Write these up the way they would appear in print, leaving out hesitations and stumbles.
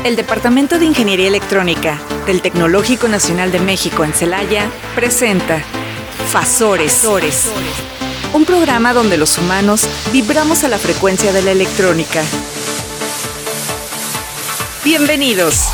El Departamento de Ingeniería Electrónica del Tecnológico Nacional de México en Celaya presenta Fasores, un programa donde los humanos vibramos a la frecuencia de la electrónica. Bienvenidos.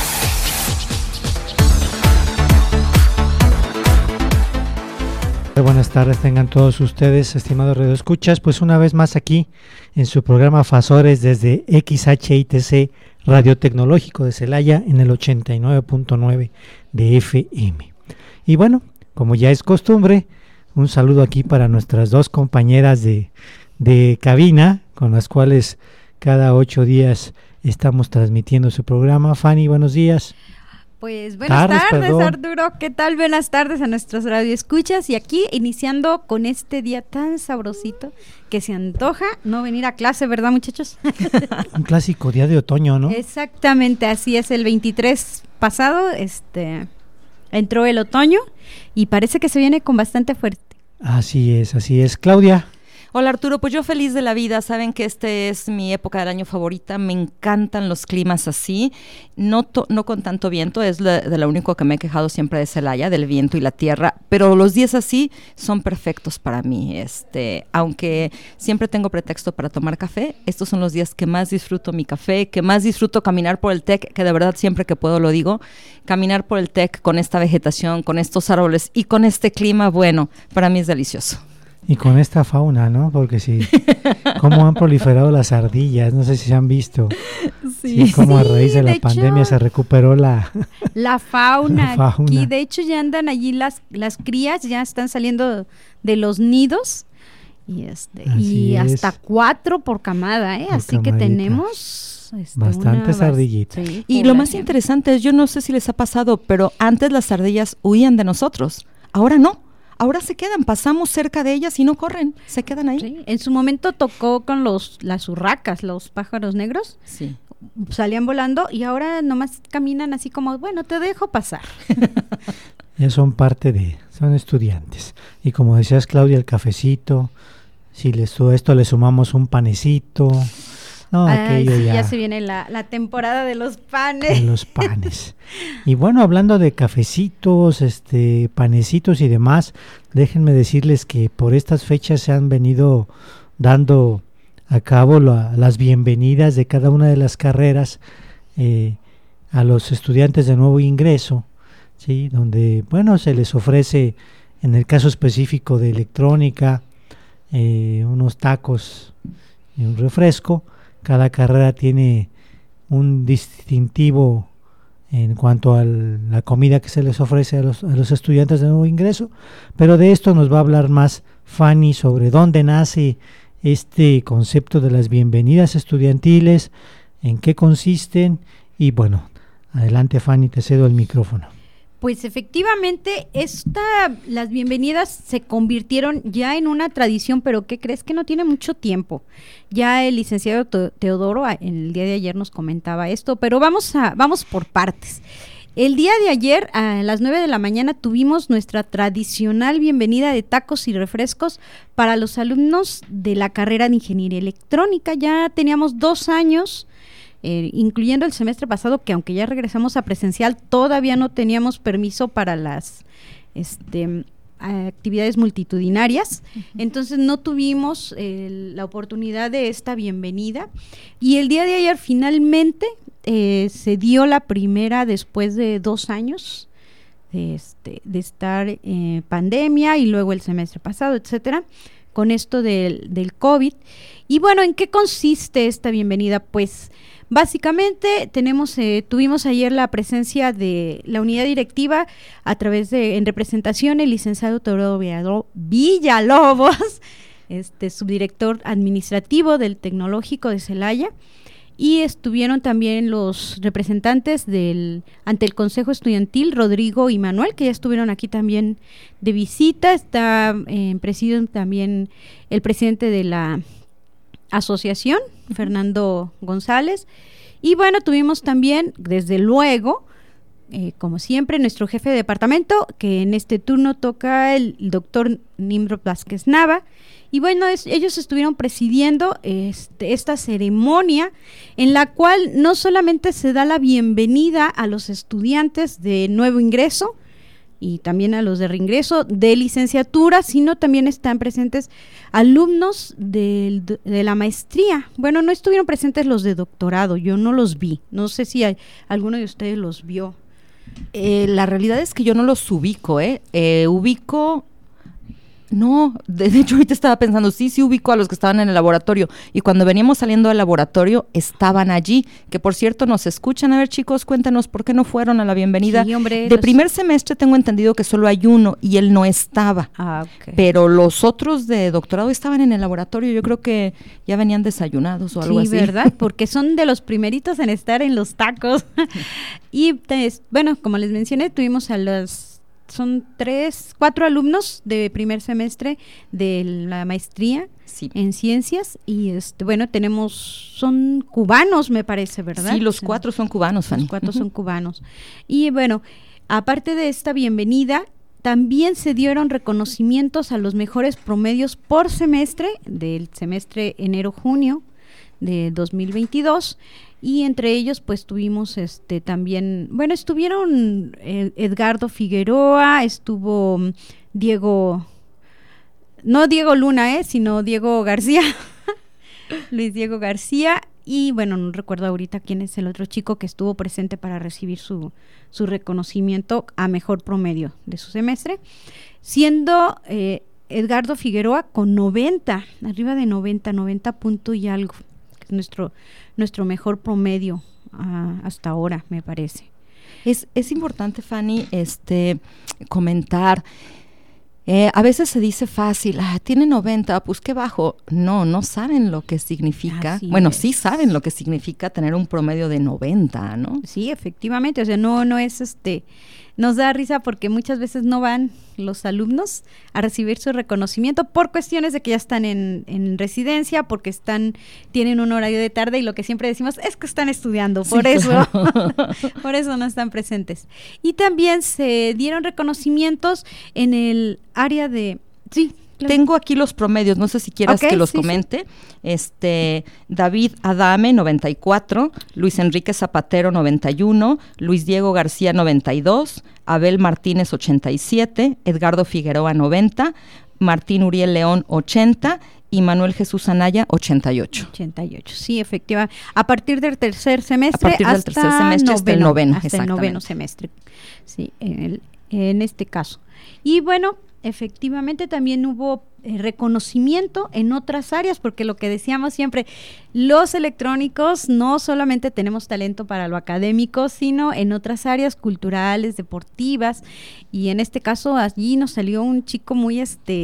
Buenas tardes tengan todos ustedes, estimados radioescuchas, pues una vez más aquí en su programa Fasores desde XHITC Radio Tecnológico de Celaya en el 89.9 de FM. Y bueno, como ya es costumbre, un saludo aquí para nuestras dos compañeras de cabina, con las cuales cada 8 días estamos transmitiendo su programa. Fanny, buenos días. Pues buenas tardes, Arturo, ¿qué tal? Buenas tardes a nuestros radioescuchas y aquí iniciando con este día tan sabrosito que se antoja no venir a clase, ¿verdad, muchachos? Un clásico día de otoño, ¿no? Exactamente, así es, el 23 pasado entró el otoño y parece que se viene con bastante fuerte. Así es, Claudia. Hola Arturo, pues yo feliz de la vida, saben que es mi época del año favorita, me encantan los climas así, no con tanto viento, es de lo único que me he quejado siempre de Celaya, del viento y la tierra, pero los días así son perfectos para mí, aunque siempre tengo pretexto para tomar café, estos son los días que más disfruto mi café, que más disfruto caminar por el TEC, que de verdad siempre que puedo lo digo, caminar por el TEC con esta vegetación, con estos árboles y con este clima, bueno, para mí es delicioso. Y con esta fauna, ¿no? Porque sí, cómo han proliferado las ardillas, no sé si se han visto. Sí, cómo a raíz de la pandemia se recuperó la fauna. Aquí, de hecho, ya andan allí las crías, ya están saliendo de los nidos y hasta 4 por camada, así que tenemos bastantes ardillitas. Sí, y lo más interesante es, yo no sé si les ha pasado, pero antes las ardillas huían de nosotros, ahora no. Ahora se quedan, pasamos cerca de ellas y no corren, se quedan ahí. Sí, en su momento tocó con las urracas, los pájaros negros, sí. Salían volando y ahora nomás caminan así como, bueno, te dejo pasar. Ya son estudiantes. Y como decías, Claudia, el cafecito, si a esto le sumamos un panecito. No, aquello sí, ya. Ya se viene la temporada de los panes. De los panes. Y bueno, hablando de cafecitos, panecitos y demás, déjenme decirles que por estas fechas se han venido dando a cabo las bienvenidas de cada una de las carreras a los estudiantes de nuevo ingreso, ¿sí? Donde, bueno, se les ofrece, en el caso específico de electrónica, unos tacos y un refresco. Cada carrera tiene un distintivo en cuanto a la comida que se les ofrece a los estudiantes de nuevo ingreso, pero de esto nos va a hablar más Fanny sobre dónde nace este concepto de las bienvenidas estudiantiles, en qué consisten y bueno, adelante Fanny, te cedo el micrófono. Pues efectivamente, las bienvenidas se convirtieron ya en una tradición, pero ¿qué crees? Que no tiene mucho tiempo. Ya el licenciado Teodoro en el día de ayer nos comentaba esto, pero vamos por partes. El día de ayer a las 9 de la mañana tuvimos nuestra tradicional bienvenida de tacos y refrescos para los alumnos de la carrera de Ingeniería Electrónica. Ya teníamos 2 años. Incluyendo el semestre pasado, que aunque ya regresamos a presencial, todavía no teníamos permiso para las actividades multitudinarias, entonces no tuvimos la oportunidad de esta bienvenida, y el día de ayer finalmente se dio la primera después de 2 años de estar en pandemia y luego el semestre pasado, etcétera, con esto del COVID. Y bueno, ¿en qué consiste esta bienvenida? Pues básicamente tuvimos ayer la presencia de la unidad directiva a través en representación el licenciado Teodoro Villalobos, subdirector administrativo del Tecnológico de Celaya, y estuvieron también los representantes ante el Consejo Estudiantil, Rodrigo y Manuel, que ya estuvieron aquí también de visita. Está en presidio también el presidente de la asociación, Fernando González, y bueno, tuvimos también, desde luego, como siempre, nuestro jefe de departamento, que en este turno toca el doctor Nimrod Vázquez Nava, Y bueno, ellos estuvieron presidiendo esta ceremonia en la cual no solamente se da la bienvenida a los estudiantes de nuevo ingreso y también a los de reingreso de licenciatura, sino también están presentes alumnos de la maestría. Bueno, no estuvieron presentes los de doctorado, yo no los vi, no sé si alguno de ustedes los vio. La realidad es que yo no los ubico, ubico... No, de hecho ahorita estaba pensando, sí ubico a los que estaban en el laboratorio, y cuando veníamos saliendo del laboratorio estaban allí, que por cierto nos escuchan. A ver, chicos, cuéntanos por qué no fueron a la bienvenida. Sí, hombre, primer semestre tengo entendido que solo hay uno y él no estaba, okay. Pero los otros de doctorado estaban en el laboratorio. Yo creo que ya venían desayunados o algo así. Sí, ¿verdad? Porque son de los primeritos en estar en los tacos. Y bueno, como les mencioné, tuvimos son 4 alumnos de primer semestre de la maestría en ciencias, y bueno, son cubanos, me parece, ¿verdad? Sí, los 4 son cubanos, Fanny. Los 4 son cubanos. Y bueno, aparte de esta bienvenida, también se dieron reconocimientos a los mejores promedios por semestre del semestre enero-junio de 2022. Y entre ellos pues tuvimos también, bueno, estuvieron Edgardo Figueroa, estuvo Diego Luna, sino Diego García, Luis Diego García, y bueno, no recuerdo ahorita quién es el otro chico que estuvo presente para recibir su reconocimiento a mejor promedio de su semestre, siendo Edgardo Figueroa con 90, arriba de 90 punto y algo, que es nuestro mejor promedio hasta ahora, me parece. Es importante, Fanny, comentar. A veces se dice fácil, tiene 90, pues qué bajo. No saben lo que significa. Sí saben lo que significa tener un promedio de 90, ¿no? Sí, efectivamente, o sea, no es nos da risa porque muchas veces no van los alumnos a recibir su reconocimiento por cuestiones de que ya están en residencia, porque tienen un horario de tarde, y lo que siempre decimos es que están estudiando, por eso no están presentes. Y también se dieron reconocimientos en el área de... Sí, claro. Tengo aquí los promedios, no sé si quieras que los comente. Sí. David Adame, 94, Luis Enrique Zapatero, 91, Luis Diego García, 92, Abel Martínez, 87, Edgardo Figueroa, 90, Martín Uriel León, 80, y Manuel Jesús Anaya, 88. 88, sí, efectivamente. A partir del tercer semestre hasta el noveno. Hasta el noveno semestre, sí, en este caso. Y bueno, efectivamente también hubo reconocimiento en otras áreas, porque lo que decíamos siempre, los electrónicos no solamente tenemos talento para lo académico, sino en otras áreas culturales, deportivas, y en este caso allí nos salió un chico muy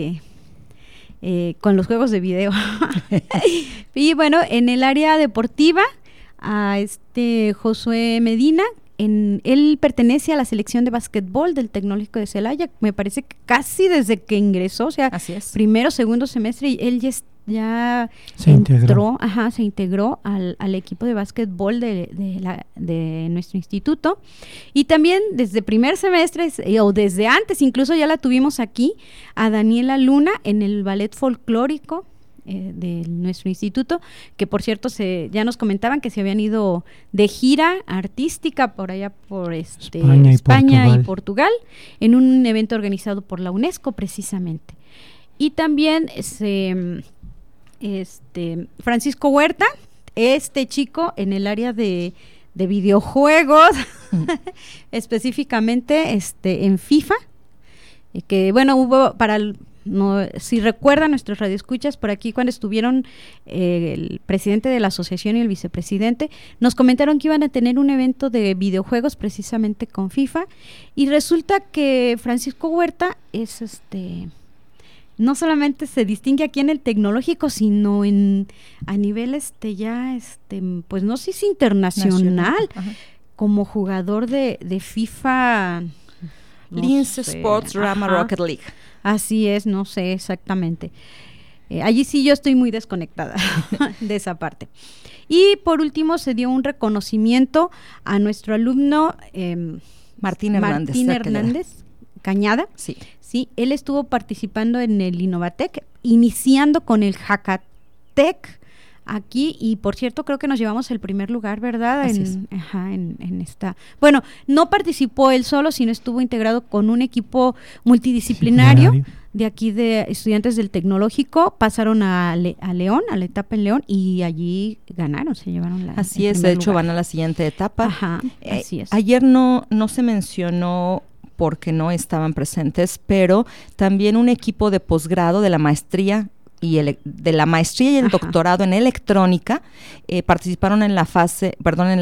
con los juegos de video. Y bueno, en el área deportiva, a Josué Medina, él pertenece a la selección de básquetbol del Tecnológico de Celaya, me parece que casi desde que ingresó, o sea, primero, segundo semestre, y él ya se integró al equipo de básquetbol de nuestro instituto. Y también desde primer semestre, o desde antes incluso, ya la tuvimos aquí, a Daniela Luna en el ballet folclórico de nuestro instituto, que por cierto ya nos comentaban que se habían ido de gira artística por allá por España y Portugal, en un evento organizado por la UNESCO precisamente. Y también Francisco Huerta, chico en el área de videojuegos, específicamente en FIFA, que bueno, hubo si recuerdan nuestros radioescuchas por aquí, cuando estuvieron el presidente de la asociación y el vicepresidente, nos comentaron que iban a tener un evento de videojuegos precisamente con FIFA, y resulta que Francisco Huerta es no solamente se distingue aquí en el tecnológico, sino a nivel pues no sé si internacional, como jugador de FIFA, Lince Sports Rama Rocket League. Así es, no sé exactamente. Allí sí yo estoy muy desconectada de esa parte. Y por último se dio un reconocimiento a nuestro alumno Martín Hernández, Cañada. Sí. Sí, él estuvo participando en el Innovatec, iniciando con el Hackatec aquí, y por cierto creo que nos llevamos el primer lugar, ¿verdad? Así es. En esta. Bueno, no participó él solo, sino estuvo integrado con un equipo multidisciplinario de aquí de estudiantes del Tecnológico, pasaron a León, a la etapa en León, y allí ganaron, se llevaron el Así es, primer de hecho lugar. van a la siguiente etapa. Ajá, así es. Ayer no se mencionó porque no estaban presentes, pero también un equipo de posgrado de la maestría y el Ajá. doctorado en electrónica participaron en la fase,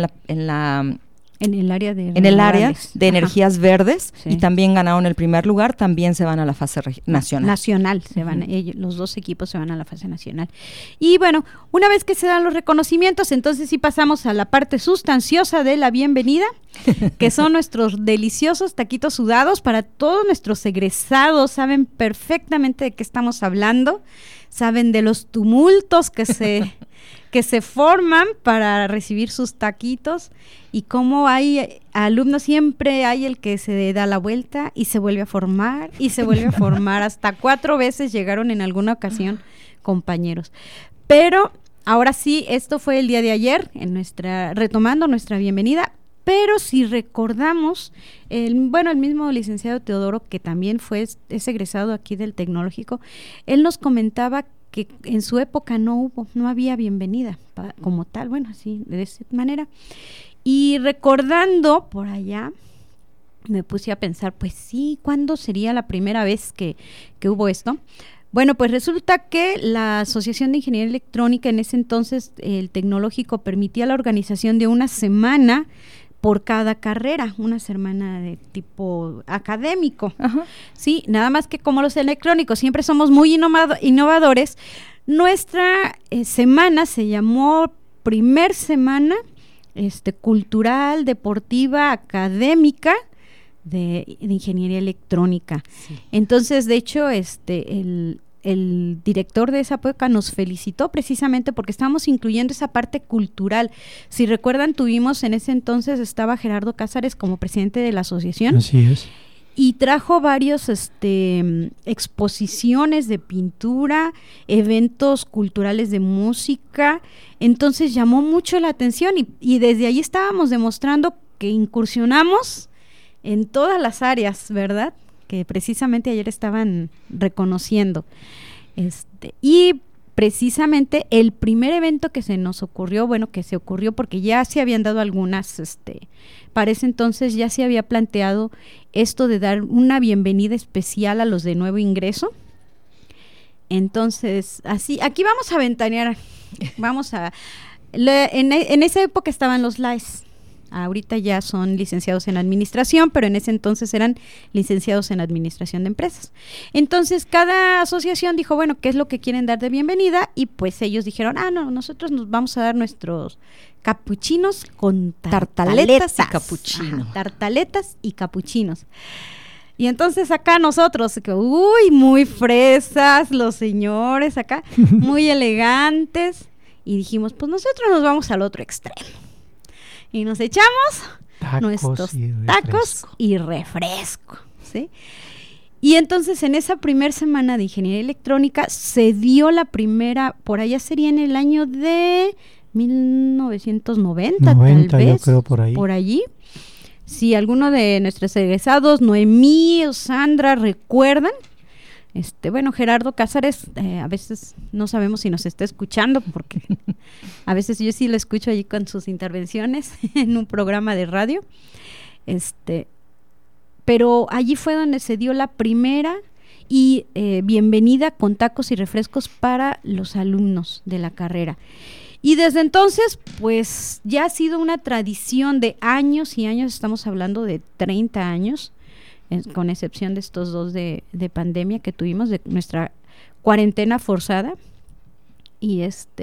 En el área de en el área renovables. de Ajá. energías verdes, Sí. y también ganaron el primer lugar, también se van a la fase nacional. Se van, los dos equipos se van a la fase nacional. Y bueno, una vez que se dan los reconocimientos, entonces sí pasamos a la parte sustanciosa de la bienvenida, que son nuestros deliciosos taquitos sudados para todos nuestros egresados. Saben perfectamente de qué estamos hablando, saben de los tumultos que se forman para recibir sus taquitos, y cómo hay alumnos, siempre hay el que se da la vuelta y se vuelve a formar y se vuelve a formar, hasta 4 veces llegaron en alguna ocasión compañeros. Pero ahora sí, esto fue el día de ayer, retomando nuestra bienvenida. Pero si recordamos, el mismo licenciado Teodoro, que también es egresado aquí del Tecnológico, él nos comentaba que en su época no había bienvenida como tal, bueno, así, de esa manera. Y recordando por allá, me puse a pensar, pues sí, ¿cuándo sería la primera vez que hubo esto? Bueno, pues resulta que la Asociación de Ingeniería Electrónica, en ese entonces el Tecnológico, permitía la organización de una semana por cada carrera, una semana de tipo académico. Ajá. Sí, nada más que como los electrónicos siempre somos muy innovadores, nuestra semana se llamó primer semana cultural, deportiva, académica de ingeniería electrónica. Sí. Entonces, de hecho, el director de esa época nos felicitó precisamente porque estábamos incluyendo esa parte cultural. Si recuerdan, tuvimos en ese entonces, estaba Gerardo Cázares como presidente de la asociación. Así es. Y trajo varios exposiciones de pintura, eventos culturales de música. Entonces llamó mucho la atención y desde ahí estábamos demostrando que incursionamos en todas las áreas, ¿verdad? Que precisamente ayer estaban reconociendo. Y precisamente el primer evento que se nos ocurrió, que se ocurrió porque ya se habían dado algunas, para ese entonces ya se había planteado esto de dar una bienvenida especial a los de nuevo ingreso. Entonces, así, aquí vamos a ventanear, en esa época estaban los LAES. Ahorita ya son licenciados en administración, pero en ese entonces eran licenciados en administración de empresas. Entonces, cada asociación dijo, bueno, ¿qué es lo que quieren dar de bienvenida? Y pues ellos dijeron, no, nosotros nos vamos a dar nuestros capuchinos con tartaletas y capuchino. Ajá, tartaletas y capuchinos. Y entonces acá nosotros, muy fresas los señores acá, muy elegantes. Y dijimos, pues nosotros nos vamos al otro extremo. Y nos echamos nuestros tacos y refresco, ¿sí? Y entonces en esa primera semana de ingeniería electrónica se dio la primera, por allá sería en el año de 1990, tal vez. Yo creo por ahí. Por allí. Si alguno de nuestros egresados, Noemí o Sandra, recuerdan, Gerardo Cázares, a veces no sabemos si nos está escuchando, porque a veces yo sí lo escucho allí con sus intervenciones en un programa de radio, pero allí fue donde se dio la primera y bienvenida con tacos y refrescos para los alumnos de la carrera. Y desde entonces, pues ya ha sido una tradición de años y años, estamos hablando de 30 años, con excepción de estos 2 de pandemia que tuvimos, de nuestra cuarentena forzada. Y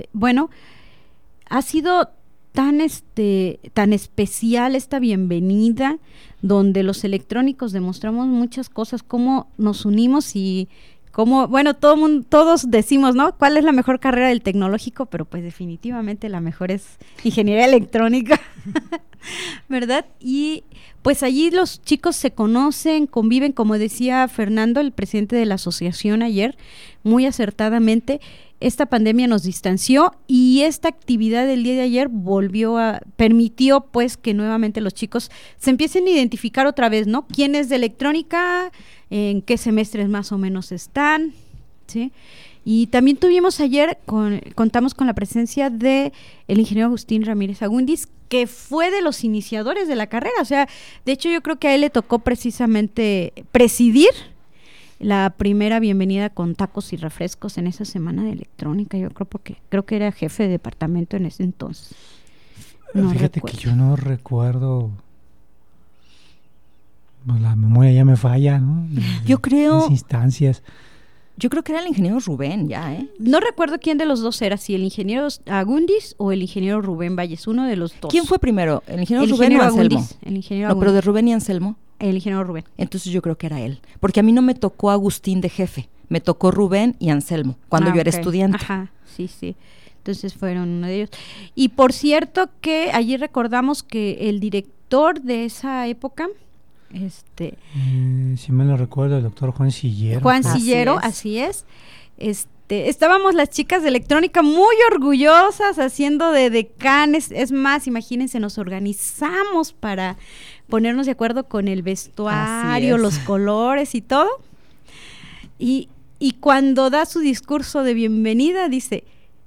ha sido tan especial esta bienvenida, donde los electrónicos demostramos muchas cosas, cómo nos unimos y Como, bueno, todos decimos, ¿no? ¿Cuál es la mejor carrera del tecnológico? Pero pues definitivamente la mejor es ingeniería electrónica, ¿verdad? Y pues allí los chicos se conocen, conviven, como decía Fernando, el presidente de la asociación ayer, muy acertadamente. Esta pandemia nos distanció y esta actividad del día de ayer permitió pues que nuevamente los chicos se empiecen a identificar otra vez, ¿no? ¿Quién es de electrónica? ¿En qué semestres más o menos están? ¿Sí? Y también tuvimos ayer, contamos con la presencia de el ingeniero Agustín Ramírez Agúndiz, que fue de los iniciadores de la carrera. O sea, de hecho yo creo que a él le tocó precisamente presidir la primera bienvenida con tacos y refrescos en esa semana de electrónica, yo creo, porque creo que era jefe de departamento en ese entonces. No Fíjate recuerdo. Que yo no recuerdo, pues la memoria ya me falla, ¿no? Yo creo... Las instancias. Yo creo que era el ingeniero Rubén ya, ¿eh? No recuerdo quién de los dos era, si el ingeniero Agúndiz o el ingeniero Rubén Valles, uno de los dos. ¿Quién fue primero? ¿El ingeniero Rubén o Anselmo? El ingeniero Agúndiz. No, pero de Rubén y Anselmo. El ingeniero Rubén. Entonces yo creo que era él. Porque a mí no me tocó Agustín de jefe, me tocó Rubén y Anselmo, cuando yo era estudiante. Ajá, sí. Entonces fueron uno de ellos. Y por cierto que allí recordamos que el director de esa época, si me lo recuerdo, el doctor Juan Sillero. Juan Sillero, así es. Estábamos las chicas de electrónica muy orgullosas haciendo de decanes. Es más, imagínense, nos organizamos para ponernos de acuerdo con el vestuario, los colores y todo. Y cuando da su discurso de bienvenida, dice: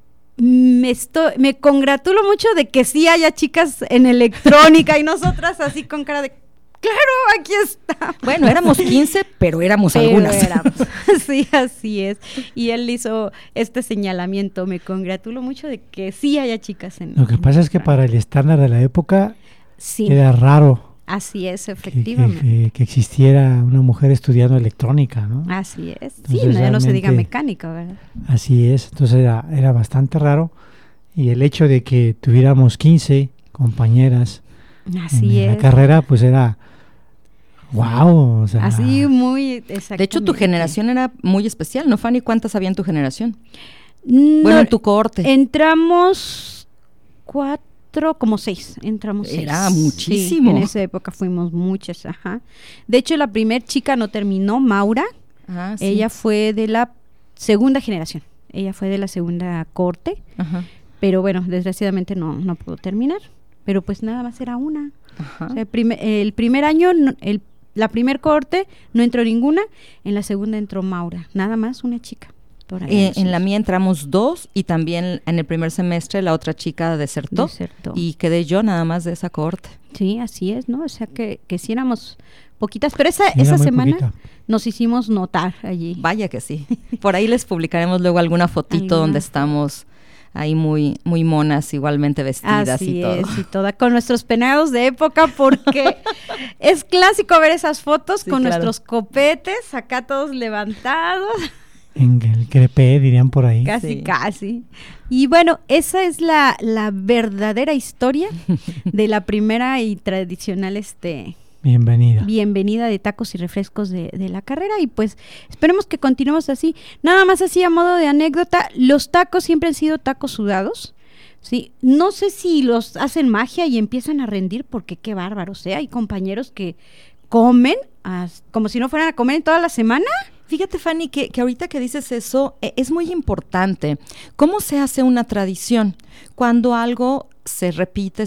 me congratulo mucho de que sí haya chicas en electrónica, y nosotras así con cara de claro, aquí está. Bueno, éramos 15, pero éramos algunas. Sí, así es. Y él hizo este señalamiento: me congratulo mucho de que sí haya chicas en Lo que pasa es que para el estándar de la época sí, era raro. Así es, efectivamente. Que existiera una mujer estudiando electrónica, ¿no? Así es. Entonces, sí, ya no se diga mecánica, ¿verdad? Así es. Entonces era bastante raro. Y el hecho de que tuviéramos 15 compañeras en la carrera, pues era... ¡Wow! O sea, así muy exactamente. De hecho, tu generación era muy especial, ¿no, Fanny? ¿Cuántas había en tu generación? No, bueno, en tu cohorte. Entramos 4, como 6. Entramos 6. Era muchísimo. Sí, en esa época fuimos muchas, ajá. De hecho, la primer chica no terminó, Maura. Ah, sí. Ella fue de la segunda generación. Ella fue de la segunda cohorte. Ajá. Pero bueno, desgraciadamente no pudo terminar. Pero pues nada más era una. Ajá. O sea, el primer año, la primer cohorte no entró ninguna, en la segunda entró Maura, nada más una chica. En la mía entramos 2 y también en el primer semestre la otra chica desertó. Y quedé yo nada más de esa cohorte. Sí, así es, ¿no? O sea que sí éramos poquitas, pero esa semana poquita. Nos hicimos notar allí. Vaya que sí. Por ahí les publicaremos luego alguna fotito donde estamos ahí muy monas, igualmente vestidas. Así y todo. Es, y toda con nuestros peinados de época, porque es clásico ver esas fotos con nuestros copetes, acá todos levantados. En el crepé, dirían por ahí. Casi. Y bueno, esa es la verdadera historia de la primera y tradicional bienvenida de tacos y refrescos de la carrera, y pues esperemos que continuemos así. Nada más así a modo de anécdota, los tacos siempre han sido tacos sudados, ¿sí? No sé si los hacen magia y empiezan a rendir, porque qué bárbaros, ¿eh? Hay compañeros que comen como si no fueran a comer en toda la semana. Fíjate, Fanny, que ahorita que dices eso, es muy importante. ¿Cómo se hace una tradición? Cuando algo se repite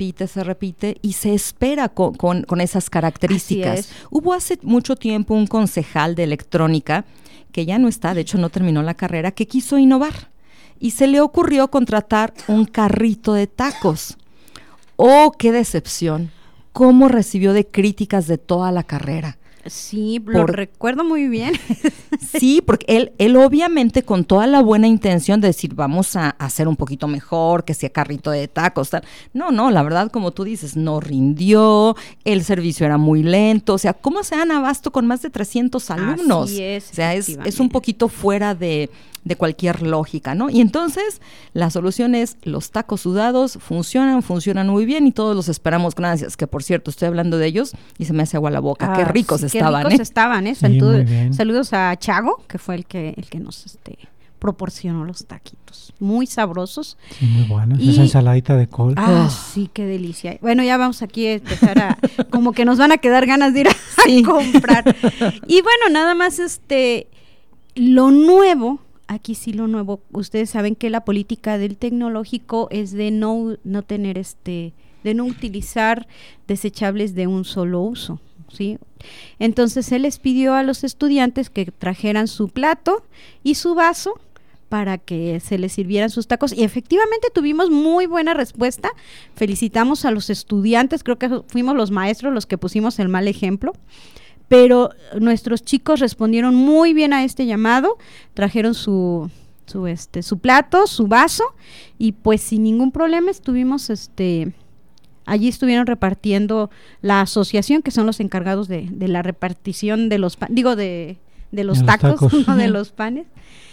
y se espera con esas características. Hubo hace mucho tiempo un concejal de electrónica, que ya no está, de hecho no terminó la carrera, que quiso innovar. Y se le ocurrió contratar un carrito de tacos. ¡Oh, qué decepción! ¿Cómo recibió de críticas de toda la carrera? Sí, lo recuerdo muy bien. Sí, porque él obviamente con toda la buena intención de decir, vamos a hacer un poquito mejor, que sea carrito de tacos, tal. No, la verdad, como tú dices, no rindió, el servicio era muy lento, o sea, ¿cómo se dan abasto con más de 300 alumnos? Así es, o sea, es un poquito fuera de cualquier lógica, ¿no? Y entonces la solución es los tacos sudados funcionan muy bien y todos los esperamos con ansias, que por cierto estoy hablando de ellos y se me hace agua la boca, qué ricos están. estaban. Qué ricos estaban, ¿eh? Sí, muy bien. Saludos a Chago, que fue el que nos proporcionó los taquitos. Muy sabrosos. Sí, muy buenos. Esa ensaladita de col. Sí, qué delicia. Bueno, ya vamos aquí a empezar a... como que nos van a quedar ganas de ir a comprar. Y bueno, nada más lo nuevo... Aquí sí lo nuevo, ustedes saben que la política del tecnológico es de no tener de no utilizar desechables de un solo uso, ¿sí? Entonces él les pidió a los estudiantes que trajeran su plato y su vaso para que se les sirvieran sus tacos, y efectivamente tuvimos muy buena respuesta. Felicitamos a los estudiantes, creo que fuimos los maestros los que pusimos el mal ejemplo. Pero nuestros chicos respondieron muy bien a este llamado, trajeron su plato, su vaso, y pues sin ningún problema estuvimos, allí estuvieron repartiendo la asociación, que son los encargados de la repartición de los de los tacos, no de los panes.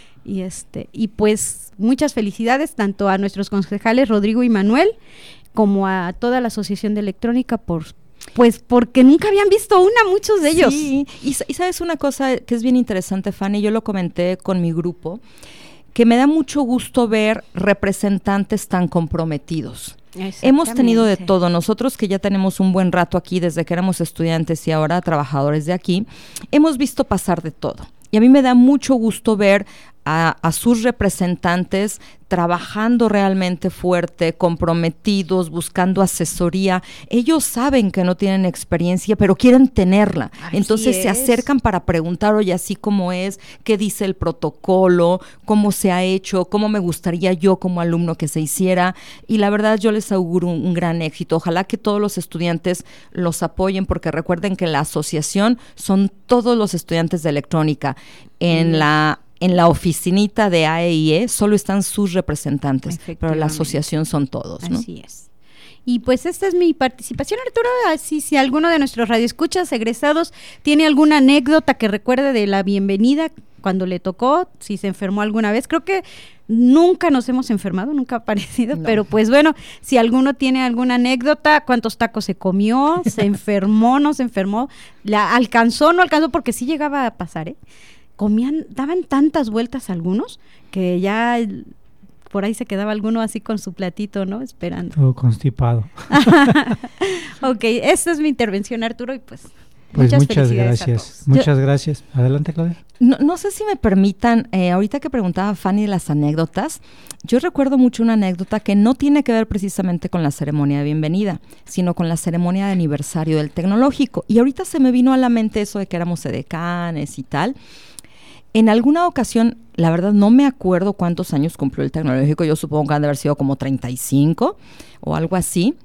Y pues muchas felicidades tanto a nuestros concejales Rodrigo y Manuel, como a toda la Asociación de Electrónica porque nunca habían visto muchos de ellos. Sí, y sabes una cosa que es bien interesante, Fanny, yo lo comenté con mi grupo, que me da mucho gusto ver representantes tan comprometidos. Hemos tenido de todo, nosotros que ya tenemos un buen rato aquí desde que éramos estudiantes y ahora trabajadores de aquí, hemos visto pasar de todo. Y a mí me da mucho gusto ver a sus representantes trabajando realmente fuerte, comprometidos, buscando asesoría. Ellos saben que no tienen experiencia, pero quieren tenerla. Entonces se acercan para preguntar, oye, así como es, qué dice el protocolo, cómo se ha hecho, cómo me gustaría yo como alumno que se hiciera. Y la verdad yo les auguro un gran éxito. Ojalá que todos los estudiantes los apoyen, porque recuerden que la asociación son todos los estudiantes de electrónica. En la oficinita de AEIE solo están sus representantes, pero la asociación son todos, ¿no? Así es. Y pues esta es mi participación, Arturo. Así, si alguno de nuestros radioescuchas egresados tiene alguna anécdota que recuerde de la bienvenida cuando le tocó, si se enfermó alguna vez, creo que nunca nos hemos enfermado, nunca ha parecido, pero pues bueno, si alguno tiene alguna anécdota, cuántos tacos se comió, se enfermó, no se enfermó, alcanzó, no alcanzó, porque sí llegaba a pasar, daban tantas vueltas algunos que ya por ahí se quedaba alguno así con su platito, ¿no? Esperando. Todo constipado. Ok, esta es mi intervención, Arturo, y pues muchas gracias. Muchas gracias. Adelante, Claudia. No sé si me permitan, ahorita que preguntaba Fanny de las anécdotas, yo recuerdo mucho una anécdota que no tiene que ver precisamente con la ceremonia de bienvenida, sino con la ceremonia de aniversario del tecnológico. Y ahorita se me vino a la mente eso de que éramos edecanes y tal. En alguna ocasión, la verdad no me acuerdo cuántos años cumplió el tecnológico, yo supongo que han de haber sido como 35 o algo así.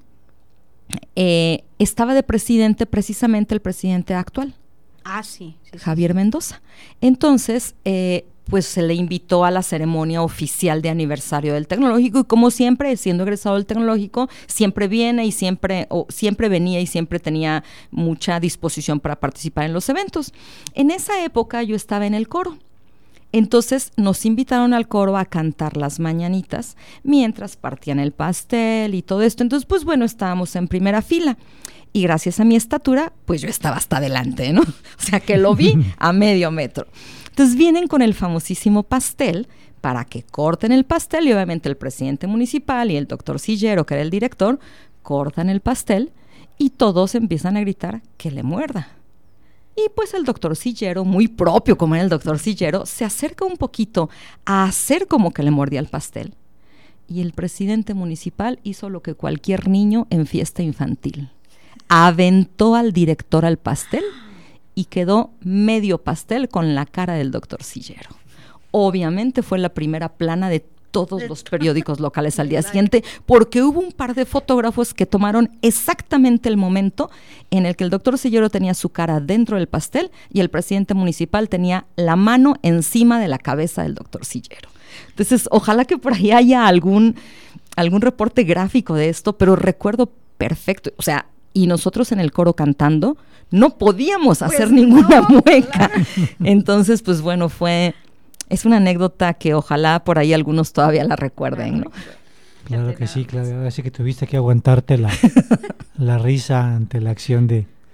Estaba de presidente precisamente el presidente actual. Sí. Javier Mendoza. Entonces, pues se le invitó a la ceremonia oficial de aniversario del tecnológico, y como siempre, siendo egresado del tecnológico, siempre viene y siempre venía y siempre tenía mucha disposición para participar en los eventos. En esa época yo estaba en el coro. Entonces nos invitaron al coro a cantar las mañanitas mientras partían el pastel y todo esto. Entonces, pues bueno, estábamos en primera fila. Y gracias a mi estatura, pues yo estaba hasta adelante, ¿no? O sea, que lo vi a medio metro. Entonces vienen con el famosísimo pastel para que corten el pastel, y obviamente el presidente municipal y el doctor Sillero, que era el director, cortan el pastel y todos empiezan a gritar que le muerda. Y pues el doctor Sillero, muy propio como era el doctor Sillero, se acerca un poquito a hacer como que le mordía el pastel. Y el presidente municipal hizo lo que cualquier niño en fiesta infantil. Aventó al director al pastel y quedó medio pastel con la cara del doctor Sillero. Obviamente fue la primera plana de todos los periódicos locales al día siguiente, porque hubo un par de fotógrafos que tomaron exactamente el momento en el que el doctor Sillero tenía su cara dentro del pastel y el presidente municipal tenía la mano encima de la cabeza del doctor Sillero. Entonces, ojalá que por ahí haya algún reporte gráfico de esto, pero recuerdo perfecto, o sea, y nosotros en el coro cantando no podíamos hacer ninguna mueca. Claro. Entonces, pues bueno, es una anécdota que ojalá por ahí algunos todavía la recuerden, ¿no? Claro que sí, Claudia. Así que tuviste que aguantarte la risa ante la acción de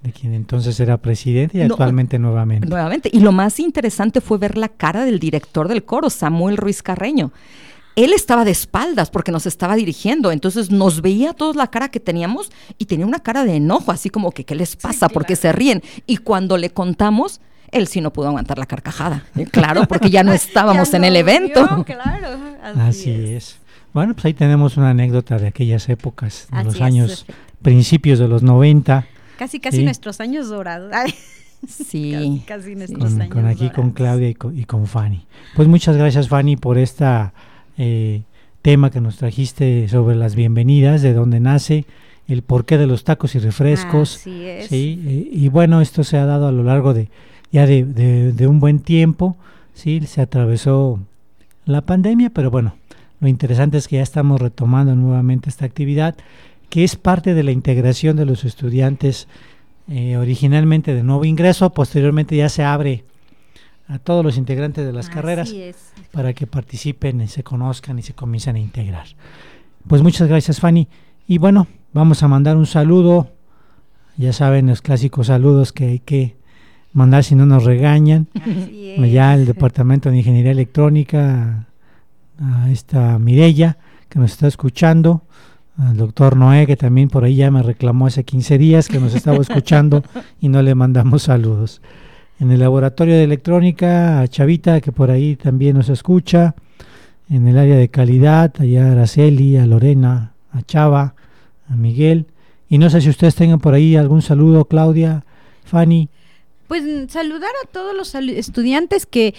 de quien entonces era presidente y actualmente nuevamente. Nuevamente. Y lo más interesante fue ver la cara del director del coro, Samuel Ruiz Carreño. Él estaba de espaldas porque nos estaba dirigiendo, entonces nos veía todos la cara que teníamos y tenía una cara de enojo, así como que ¿qué les pasa? ¿Por qué se ríen? Y cuando le contamos, él sí no pudo aguantar la carcajada. Claro, porque ya no estábamos en el evento. Claro, así es. Bueno, pues ahí tenemos una anécdota de aquellas épocas, de los Así años, principios de los 90. Casi Sí. nuestros años dorados. Ay, Sí. casi nuestros años Con aquí dorados. con Claudia y con Fanny. Pues muchas gracias, Fanny, por esta tema que nos trajiste sobre las bienvenidas, de dónde nace, el porqué de los tacos y refrescos. Así es. Sí, y bueno, esto se ha dado a lo largo de un buen tiempo. Sí, se atravesó la pandemia, pero bueno, lo interesante es que ya estamos retomando nuevamente esta actividad, que es parte de la integración de los estudiantes, originalmente de nuevo ingreso, posteriormente ya se abre a todos los integrantes de las carreras Así es. para que participen y se conozcan y se comiencen a integrar. Pues muchas gracias, Fanny. Y bueno, vamos a mandar un saludo, ya saben, los clásicos saludos que hay que mandar si no nos regañan. Así es. Ya el Departamento de Ingeniería Electrónica, a esta Mireya que nos está escuchando, al doctor Noé, que también por ahí ya me reclamó hace 15 días que nos estaba escuchando y no le mandamos saludos. En el laboratorio de electrónica, a Chavita, que por ahí también nos escucha. En el área de calidad, allá a Araceli, a Lorena, a Chava, a Miguel. Y no sé si ustedes tengan por ahí algún saludo, Claudia, Fanny. Pues saludar a todos los estudiantes que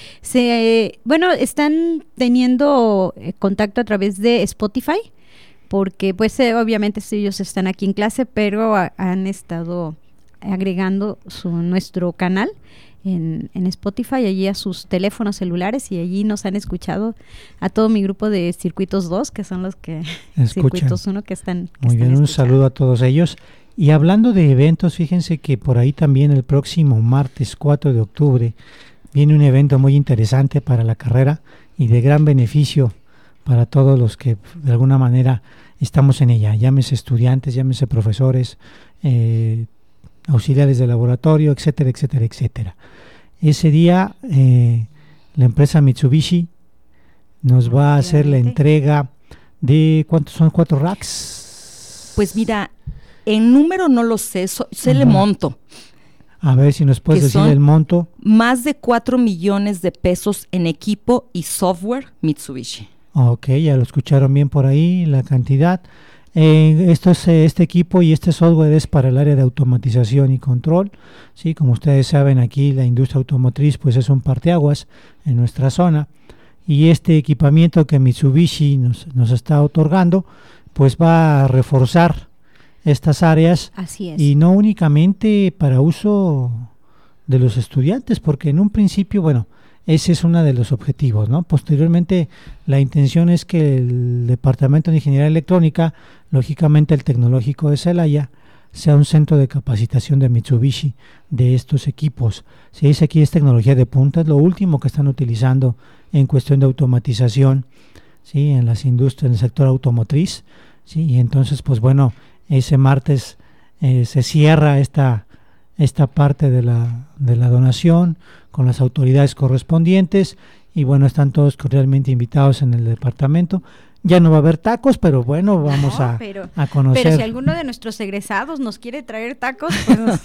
están teniendo contacto a través de Spotify, porque pues obviamente ellos están aquí en clase, pero han estado agregando nuestro canal en Spotify, allí a sus teléfonos celulares, y allí nos han escuchado a todo mi grupo de Circuitos 2, que son los que Circuitos 1 que están muy bien, un saludo a todos ellos. Y hablando de eventos, fíjense que por ahí también el próximo martes 4 de octubre viene un evento muy interesante para la carrera y de gran beneficio para todos los que de alguna manera estamos en ella, llámese estudiantes, llámese profesores, auxiliares de laboratorio, etcétera, etcétera, etcétera. Ese día la empresa Mitsubishi nos va a hacer la entrega de, ¿cuántos son? 4 racks. Pues mira, en número no lo sé, sé el monto. A ver si nos puedes decir el monto. Más de 4 millones de pesos en equipo y software Mitsubishi. Ok, ya lo escucharon bien por ahí, la cantidad. Este equipo y este software es para el área de automatización y control. Sí, como ustedes saben, aquí la industria automotriz pues es un parteaguas en nuestra zona, y este equipamiento que Mitsubishi nos está otorgando pues va a reforzar estas áreas. Así es. Y no únicamente para uso de los estudiantes, porque en un principio, bueno, ese es uno de los objetivos, ¿no? Posteriormente, la intención es que el Departamento de Ingeniería Electrónica, lógicamente el Tecnológico de Celaya, sea un centro de capacitación de Mitsubishi de estos equipos. Si dice aquí es tecnología de punta, es lo último que están utilizando en cuestión de automatización, ¿sí? En las industrias, en el sector automotriz, ¿sí? Y entonces, pues bueno, ese martes se cierra esta parte de la donación con las autoridades correspondientes, y bueno, están todos cordialmente invitados en el departamento. Ya no va a haber tacos, pero bueno, vamos a conocer. Pero si alguno de nuestros egresados nos quiere traer tacos, pues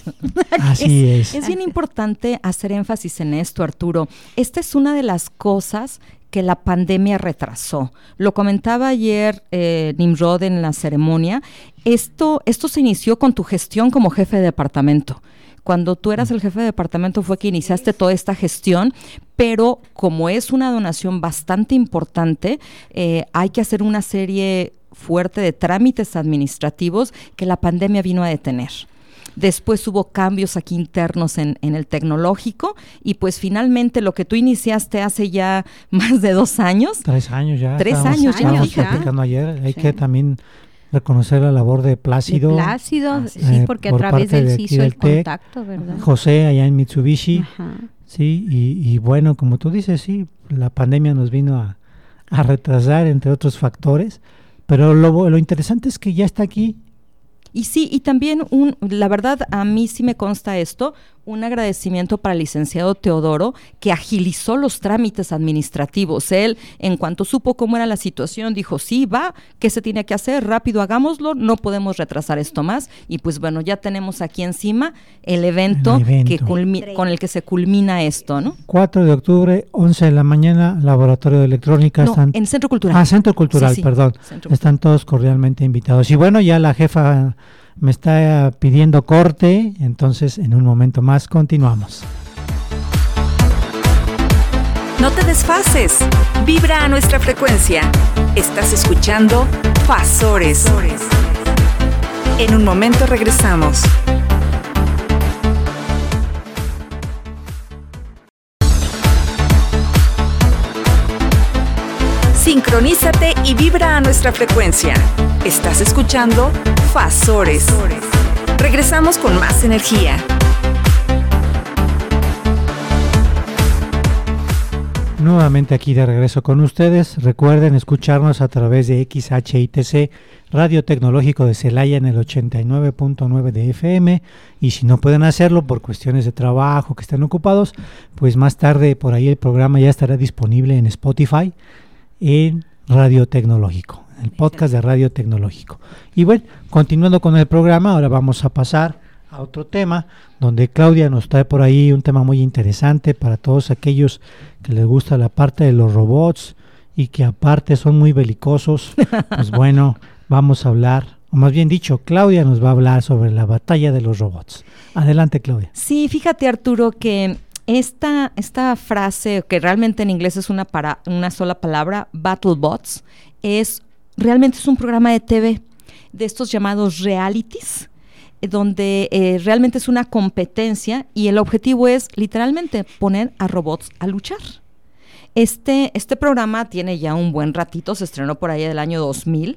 así es. Es bien importante hacer énfasis en esto, Arturo. Esta es una de las cosas que la pandemia retrasó. Lo comentaba ayer Nimrod en la ceremonia. Esto se inició con tu gestión como jefe de departamento. Cuando tú eras el jefe de departamento fue que iniciaste toda esta gestión, pero como es una donación bastante importante, hay que hacer una serie fuerte de trámites administrativos que la pandemia vino a detener. Después hubo cambios aquí internos en el tecnológico, y pues finalmente lo que tú iniciaste hace ya más de 2 años. 3 años ya. 3 años ya. Estábamos platicando ayer, hay que también reconocer la labor de Plácido. Sí, porque a través de él se hizo el contacto, ¿verdad? José allá en Mitsubishi. Ajá. Sí, y bueno, como tú dices, sí, la pandemia nos vino a retrasar, entre otros factores, pero lo interesante es que ya está aquí Y sí, y también la verdad a mí sí me consta esto, un agradecimiento para el licenciado Teodoro, que agilizó los trámites administrativos. Él, en cuanto supo cómo era la situación, dijo, sí, va, ¿qué se tiene que hacer? Rápido, hagámoslo, no podemos retrasar esto más. Y pues bueno, ya tenemos aquí encima el evento. Con el que se culmina esto, ¿no? 4 de octubre, 11 de la mañana, Laboratorio de Electrónica. No, en Centro Cultural. Ah, Centro Cultural, sí, perdón. Centro Están todos cordialmente invitados. Y bueno, ya la jefa me está pidiendo corte, entonces en un momento más continuamos. No te desfases, vibra a nuestra frecuencia. Estás escuchando Fasores. En un momento regresamos. Sincronízate y vibra a nuestra frecuencia. Estás escuchando Fasores. Regresamos con más energía. Nuevamente aquí de regreso con ustedes. Recuerden escucharnos a través de XHITC, Radio Tecnológico de Celaya en el 89.9 de FM. Y si no pueden hacerlo por cuestiones de trabajo, que estén ocupados, pues más tarde por ahí el programa ya estará disponible en Spotify, en Radio Tecnológico, el podcast de Radio Tecnológico. Y bueno, continuando con el programa, ahora vamos a pasar a otro tema, donde Claudia nos trae por ahí un tema muy interesante para todos aquellos que les gusta la parte de los robots y que aparte son muy belicosos. Pues bueno, vamos a hablar, o más bien dicho, Claudia nos va a hablar sobre la batalla de los robots. Adelante, Claudia. Sí, fíjate, Arturo, que esta frase, que realmente en inglés es una sola palabra, BattleBots, realmente es un programa de TV de estos llamados realities, donde realmente es una competencia y el objetivo es literalmente poner a robots a luchar. Este programa tiene ya un buen ratito, se estrenó por ahí del año 2000.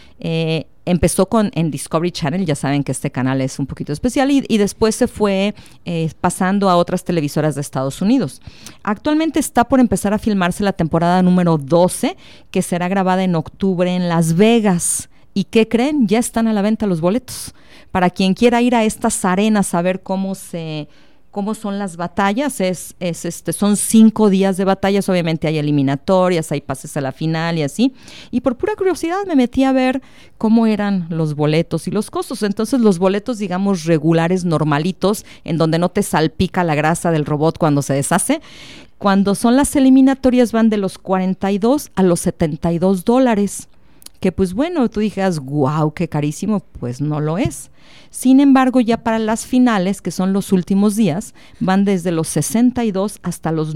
Empezó en Discovery Channel, ya saben que este canal es un poquito especial, y después se fue pasando a otras televisoras de Estados Unidos. Actualmente está por empezar a filmarse la temporada número 12, que será grabada en octubre en Las Vegas. ¿Y qué creen? Ya están a la venta los boletos. Para quien quiera ir a estas arenas a ver cómo son las batallas, son 5 días de batallas, obviamente hay eliminatorias, hay pases a la final y así, y por pura curiosidad me metí a ver cómo eran los boletos y los costos. Entonces los boletos, digamos, regulares, normalitos, en donde no te salpica la grasa del robot cuando se deshace, cuando son las eliminatorias van de los $42 a los $72, que pues bueno, tú dijeras, wow, qué carísimo, pues no lo es. Sin embargo, ya para las finales, que son los últimos días, van desde los $62 hasta los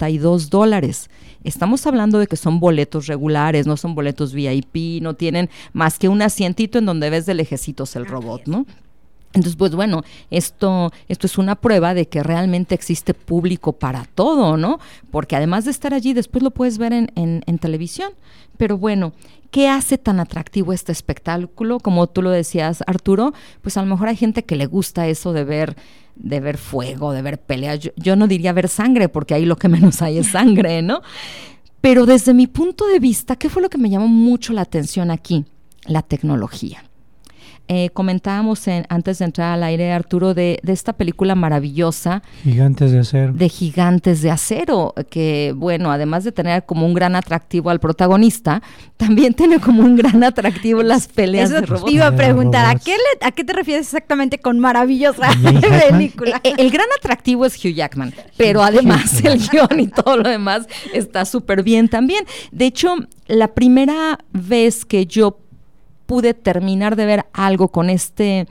$92. Estamos hablando de que son boletos regulares, no son boletos VIP, no tienen más que un asientito en donde ves de lejecitos el robot, ¿no? Entonces, pues bueno, esto es una prueba de que realmente existe público para todo, ¿no? Porque además de estar allí, después lo puedes ver en televisión. Pero bueno, ¿qué hace tan atractivo este espectáculo? Como tú lo decías, Arturo, pues a lo mejor hay gente que le gusta eso de ver fuego, de ver peleas. Yo no diría ver sangre, porque ahí lo que menos hay es sangre, ¿no? Pero desde mi punto de vista, ¿qué fue lo que me llamó mucho la atención aquí? La tecnología. Comentábamos antes de entrar al aire, Arturo, de esta película maravillosa. Gigantes de Acero. De Gigantes de Acero, que bueno, además de tener como un gran atractivo al protagonista, también tiene como un gran atractivo las peleas de robots. Te iba a preguntar, ¿a qué te refieres exactamente con maravillosa película? El gran atractivo es Hugh Jackman, pero además el guión y todo lo demás está súper bien también. De hecho, la primera vez que yo pude terminar de ver algo con este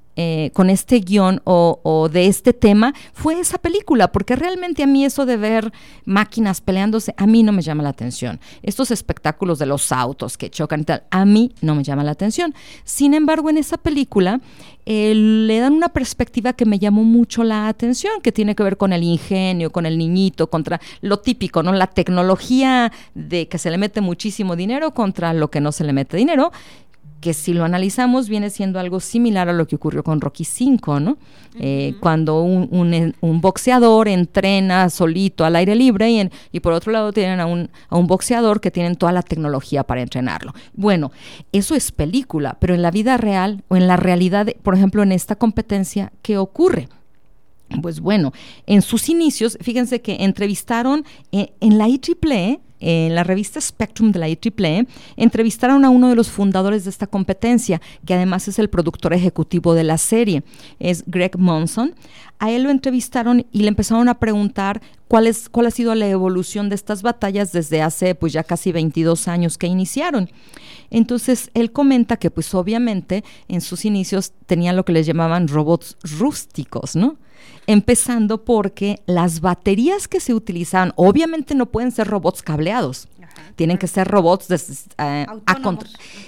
guión o de este tema, fue esa película, porque realmente a mí eso de ver máquinas peleándose, a mí no me llama la atención. Estos espectáculos de los autos que chocan y tal, a mí no me llama la atención. Sin embargo, en esa película le dan una perspectiva que me llamó mucho la atención, que tiene que ver con el ingenio, con el niñito, contra lo típico, ¿no? La tecnología de que se le mete muchísimo dinero contra lo que no se le mete dinero, que si lo analizamos viene siendo algo similar a lo que ocurrió con Rocky V, ¿no? Cuando un boxeador entrena solito al aire libre y por otro lado tienen a un boxeador que tienen toda la tecnología para entrenarlo. Bueno, eso es película, pero en la vida real o en la realidad, por ejemplo, en esta competencia, ¿qué ocurre? Pues bueno, en sus inicios, fíjense que entrevistaron en la IEEE, en la revista Spectrum de la IEEE, entrevistaron a uno de los fundadores de esta competencia, que además es el productor ejecutivo de la serie, es Greg Monson. A él lo entrevistaron y le empezaron a preguntar cuál ha sido la evolución de estas batallas desde hace pues ya casi 22 años que iniciaron. Entonces, él comenta que pues obviamente en sus inicios tenían lo que les llamaban robots rústicos, ¿no? Empezando porque las baterías que se utilizaban, obviamente no pueden ser robots cableados, tienen que ser robots autónomos.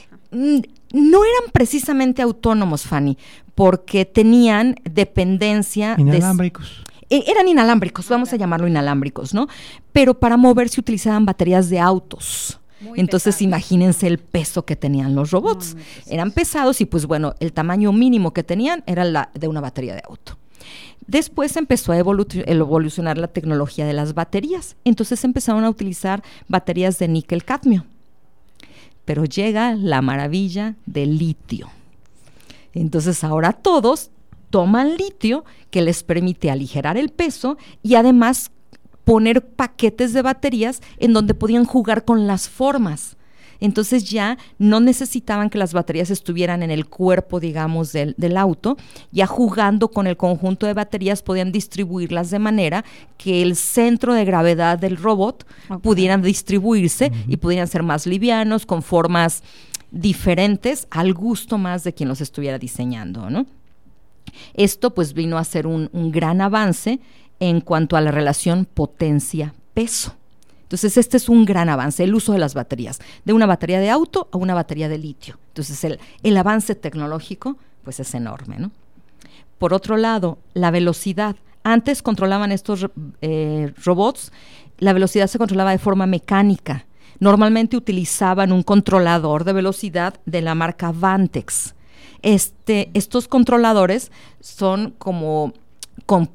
No eran precisamente autónomos, Fanny, porque tenían dependencia inalámbricos. Eran inalámbricos, vamos a llamarlo inalámbricos, ¿no? Pero para moverse utilizaban baterías de autos. Entonces pesados. Imagínense el peso que tenían los robots. Eran pesados y pues bueno, el tamaño mínimo que tenían era la de una batería de auto. Después empezó a evolucionar la tecnología de las baterías. Entonces empezaron a utilizar baterías de níquel-cadmio. Pero llega la maravilla del litio. Entonces ahora todos toman litio que les permite aligerar el peso y además poner paquetes de baterías en donde podían jugar con las formas. Entonces ya no necesitaban que las baterías estuvieran en el cuerpo, digamos, del auto. Ya jugando con el conjunto de baterías podían distribuirlas de manera que el centro de gravedad del robot pudieran distribuirse y pudieran ser más livianos, con formas diferentes, al gusto más de quien los estuviera diseñando, ¿no? Esto pues vino a ser un gran avance en cuanto a la relación potencia-peso. Entonces, este es un gran avance, el uso de las baterías, de una batería de auto a una batería de litio. Entonces, el avance tecnológico, pues es enorme, ¿no? Por otro lado, la velocidad. Antes controlaban estos robots, la velocidad se controlaba de forma mecánica. Normalmente utilizaban un controlador de velocidad de la marca Vantex. Estos controladores son como con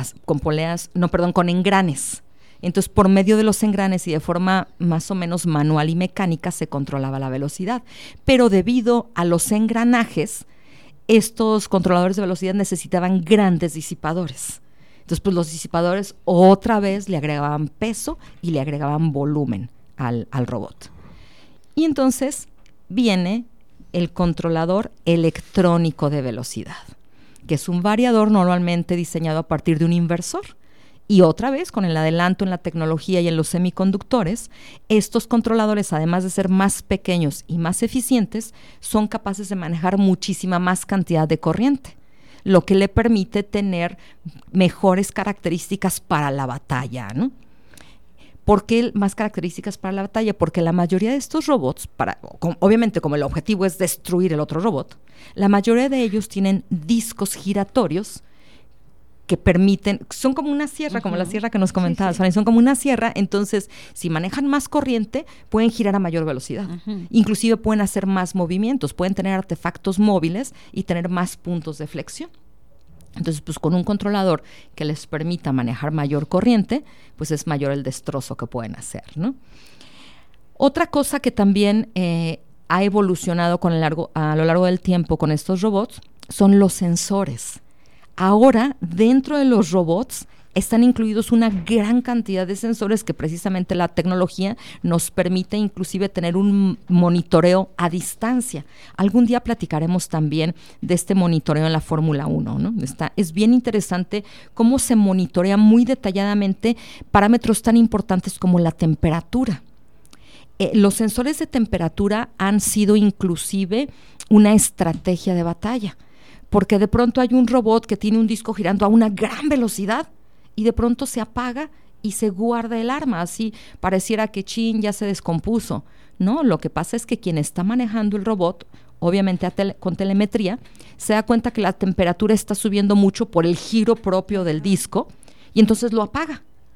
engranes. Entonces, por medio de los engranes y de forma más o menos manual y mecánica se controlaba la velocidad. Pero debido a los engranajes, estos controladores de velocidad necesitaban grandes disipadores. Entonces, pues los disipadores otra vez le agregaban peso y le agregaban volumen al robot. Y entonces viene el controlador electrónico de velocidad, que es un variador normalmente diseñado a partir de un inversor. Y otra vez, con el adelanto en la tecnología y en los semiconductores, estos controladores, además de ser más pequeños y más eficientes, son capaces de manejar muchísima más cantidad de corriente, lo que le permite tener mejores características para la batalla, ¿no? ¿Por qué más características para la batalla? Porque la mayoría de estos robots, obviamente como el objetivo es destruir el otro robot, la mayoría de ellos tienen discos giratorios que permiten, son como una sierra, como la sierra que nos comentabas, sí. Son como una sierra, entonces si manejan más corriente, pueden girar a mayor velocidad. Inclusive pueden hacer más movimientos, pueden tener artefactos móviles y tener más puntos de flexión. Entonces, pues con un controlador que les permita manejar mayor corriente, pues es mayor el destrozo que pueden hacer, ¿no? Otra cosa que también ha evolucionado a lo largo del tiempo con estos robots son los sensores. Ahora, dentro de los robots están incluidos una gran cantidad de sensores que precisamente la tecnología nos permite inclusive tener un monitoreo a distancia. Algún día platicaremos también de este monitoreo en la Fórmula 1, ¿no? Es bien interesante cómo se monitorea muy detalladamente parámetros tan importantes como la temperatura. Los sensores de temperatura han sido inclusive una estrategia de batalla, porque de pronto hay un robot que tiene un disco girando a una gran velocidad y de pronto se apaga y se guarda el arma, así pareciera que ya se descompuso. No, lo que pasa es que quien está manejando el robot, obviamente con telemetría, se da cuenta que la temperatura está subiendo mucho por el giro propio del disco y entonces lo apaga.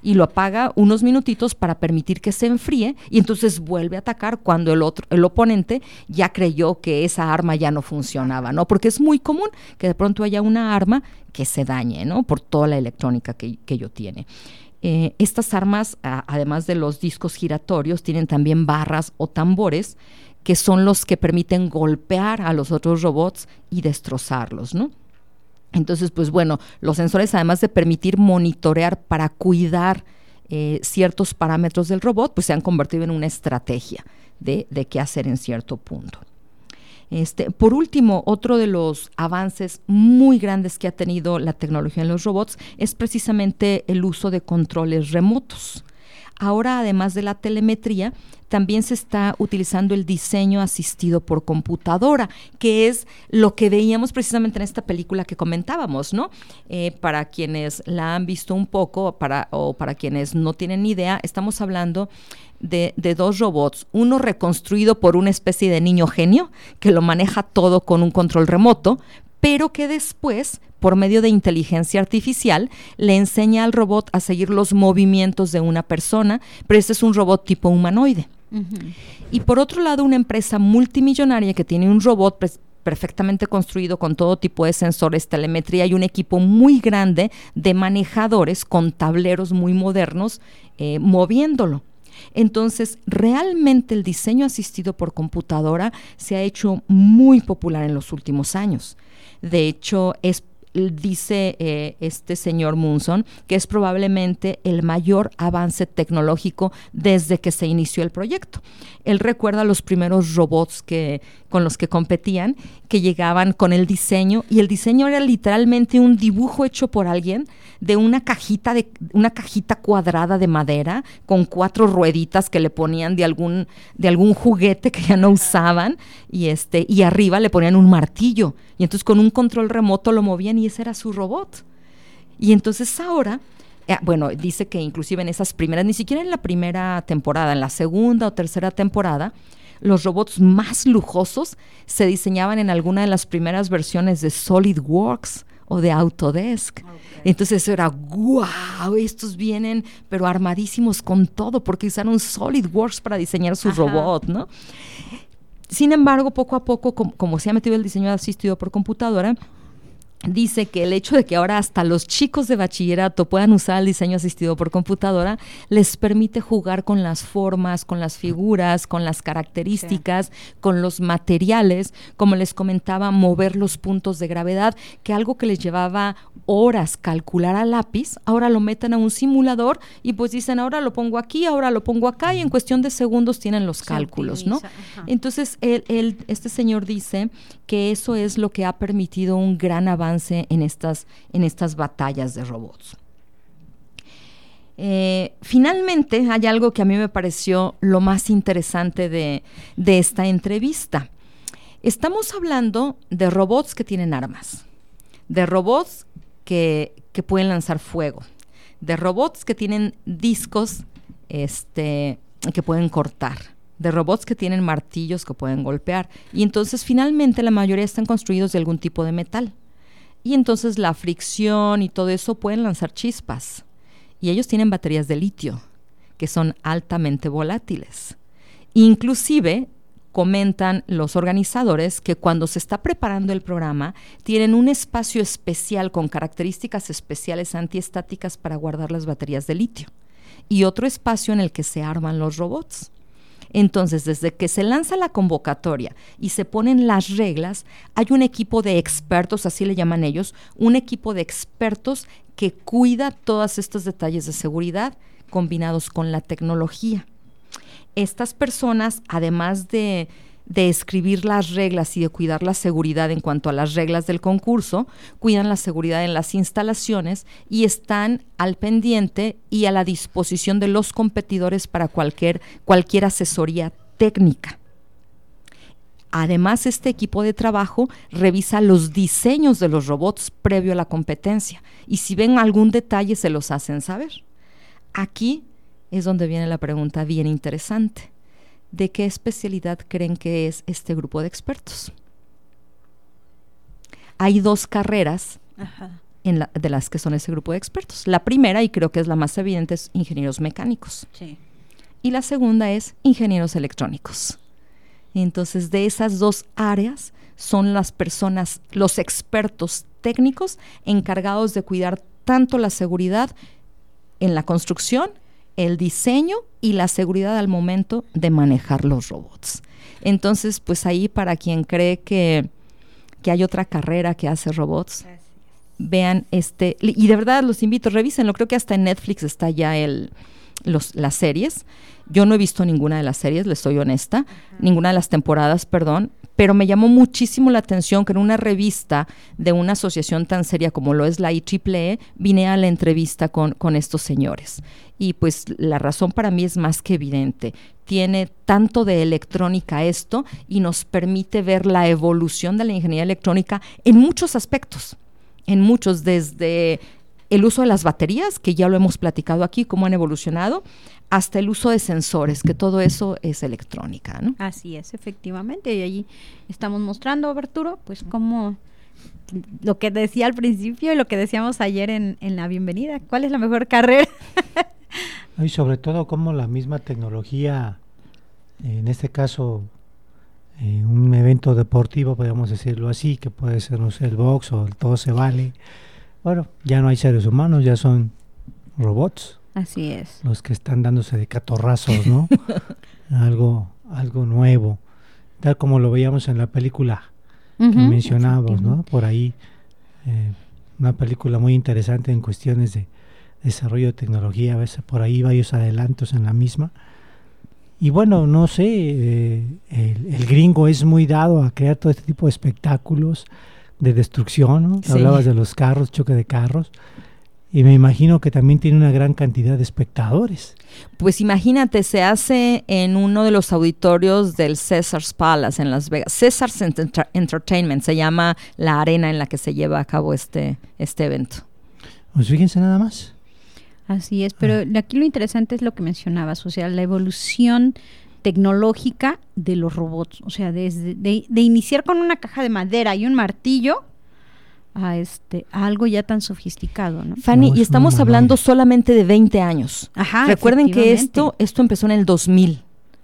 y lo apaga unos minutitos para permitir que se enfríe y entonces vuelve a atacar cuando el oponente ya creyó que esa arma ya no funcionaba, ¿no? Porque es muy común que de pronto haya una arma que se dañe, ¿no? Por toda la electrónica que ello tiene. Estas armas, además de los discos giratorios, tienen también barras o tambores que son los que permiten golpear a los otros robots y destrozarlos, ¿no? Entonces, pues bueno, los sensores, además de permitir monitorear para cuidar ciertos parámetros del robot, pues se han convertido en una estrategia de qué hacer en cierto punto. Por último, otro de los avances muy grandes que ha tenido la tecnología en los robots es precisamente el uso de controles remotos. Ahora, además de la telemetría, también se está utilizando el diseño asistido por computadora, que es lo que veíamos precisamente en esta película que comentábamos, ¿no? Para quienes la han visto un poco o para quienes no tienen ni idea, estamos hablando de dos robots, uno reconstruido por una especie de niño genio que lo maneja todo con un control remoto, pero que después, por medio de inteligencia artificial, le enseña al robot a seguir los movimientos de una persona, pero este es un robot tipo humanoide. Uh-huh. Y por otro lado, una empresa multimillonaria que tiene un robot perfectamente construido con todo tipo de sensores, telemetría y un equipo muy grande de manejadores con tableros muy modernos moviéndolo. Entonces, realmente el diseño asistido por computadora se ha hecho muy popular en los últimos años. De hecho, dice este señor Munson que es probablemente el mayor avance tecnológico desde que se inició el proyecto. Él recuerda los primeros robots con los que competían, que llegaban con el diseño, y el diseño era literalmente un dibujo hecho por alguien de una cajita cuadrada de madera con 4 rueditas que le ponían de algún juguete que ya no usaban, y arriba le ponían un martillo, y entonces con un control remoto lo movían y ese era su robot. Y entonces ahora, dice que inclusive en esas primeras, ni siquiera en la primera temporada, en la segunda o tercera temporada, los robots más lujosos se diseñaban en alguna de las primeras versiones de SolidWorks o de Autodesk. Okay. Entonces eso era ¡guau! Estos vienen pero armadísimos con todo porque usaron SolidWorks para diseñar su robot, ¿no? Sin embargo, poco a poco, como se ha metido el diseño asistido por computadora, dice que el hecho de que ahora hasta los chicos de bachillerato puedan usar el diseño asistido por computadora les permite jugar con las formas, con las figuras, con las características, con los materiales, como les comentaba, mover los puntos de gravedad, que algo que les llevaba horas calcular a lápiz, ahora lo meten a un simulador y pues dicen, ahora lo pongo aquí, ahora lo pongo acá, y en cuestión de segundos tienen los cálculos, ¿no? Entonces, este señor dice que eso es lo que ha permitido un gran avance en estas batallas de robots. Finalmente, hay algo que a mí me pareció lo más interesante de esta entrevista. Estamos hablando de robots que tienen armas, de robots que pueden lanzar fuego, de robots que tienen discos que pueden cortar, de robots que tienen martillos que pueden golpear, y entonces finalmente la mayoría están construidos de algún tipo de metal. Y entonces la fricción y todo eso pueden lanzar chispas. Y ellos tienen baterías de litio, que son altamente volátiles. Inclusive, comentan los organizadores que cuando se está preparando el programa, tienen un espacio especial con características especiales antiestáticas para guardar las baterías de litio. Y otro espacio en el que se arman los robots. Entonces, desde que se lanza la convocatoria y se ponen las reglas, hay un equipo de expertos, así le llaman ellos, un equipo de expertos que cuida todos estos detalles de seguridad combinados con la tecnología. Estas personas, además de escribir las reglas y de cuidar la seguridad en cuanto a las reglas del concurso, cuidan la seguridad en las instalaciones y están al pendiente y a la disposición de los competidores para cualquier asesoría técnica. Además, este equipo de trabajo revisa los diseños de los robots previo a la competencia y si ven algún detalle se los hacen saber. Aquí es donde viene la pregunta bien interesante. ¿De qué especialidad creen que es este grupo de expertos? Hay 2 carreras de las que son ese grupo de expertos. La primera, y creo que es la más evidente, es ingenieros mecánicos. Sí. Y la segunda es ingenieros electrónicos. Entonces, de esas dos áreas son las personas, los expertos técnicos encargados de cuidar tanto la seguridad en la construcción, el diseño y la seguridad al momento de manejar los robots. Entonces, pues ahí para quien cree que hay otra carrera que hace robots, vean y de verdad los invito, revísenlo, creo que hasta en Netflix está ya las series. Yo no he visto ninguna de las series, les soy honesta, ninguna de las temporadas, perdón, pero me llamó muchísimo la atención que en una revista de una asociación tan seria como lo es la IEEE, vine a la entrevista con estos señores. Y pues la razón para mí es más que evidente. Tiene tanto de electrónica esto y nos permite ver la evolución de la ingeniería electrónica en muchos aspectos, en muchos, desde el uso de las baterías, que ya lo hemos platicado aquí, cómo han evolucionado, hasta el uso de sensores, que todo eso es electrónica, ¿no? Así es, efectivamente, y allí estamos mostrando, Arturo, pues cómo lo que decía al principio y lo que decíamos ayer en la bienvenida, ¿cuál es la mejor carrera? Y sobre todo cómo la misma tecnología, en este caso, un evento deportivo, podríamos decirlo así, que puede ser, no sé, el box o el todo se vale. Bueno, ya no hay seres humanos, ya son robots. Así es. Los que están dándose de catorrazos, ¿no? algo nuevo, tal como lo veíamos en la película que mencionábamos, ¿no? Por ahí, una película muy interesante en cuestiones de desarrollo de tecnología, a veces por ahí varios adelantos en la misma. Y bueno, no sé, el gringo es muy dado a crear todo este tipo de espectáculos de destrucción, ¿no? Sí. Hablabas de los carros, choque de carros. Y me imagino que también tiene una gran cantidad de espectadores. Pues imagínate, se hace en uno de los auditorios del Caesars Palace en Las Vegas. Caesars Entertainment se llama la arena en la que se lleva a cabo este evento. Pues fíjense nada más. Así es, pero aquí lo interesante es lo que mencionabas, o sea, la evolución tecnológica de los robots. O sea, desde de iniciar con una caja de madera y un martillo a algo ya tan sofisticado, ¿no? Fanny, y estamos hablando solamente de 20 años. Ajá, recuerden que esto empezó en el 2000.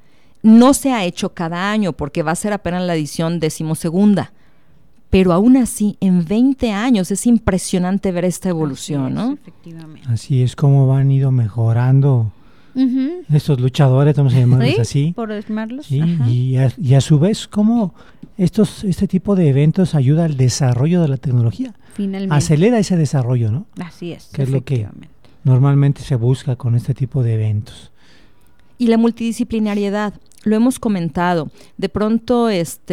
No se ha hecho cada año porque va a ser apenas la edición 12ª. Pero aún así, en 20 años es impresionante ver esta evolución, ¿no? Efectivamente. Así es como han ido mejorando estos luchadores, vamos a llamarlos así. Por llamarlos. Sí, y a su vez, cómo este tipo de eventos ayuda al desarrollo de la tecnología. Finalmente. Acelera ese desarrollo, ¿no? Así es. Que es lo que normalmente se busca con este tipo de eventos. Y la multidisciplinariedad, lo hemos comentado. De pronto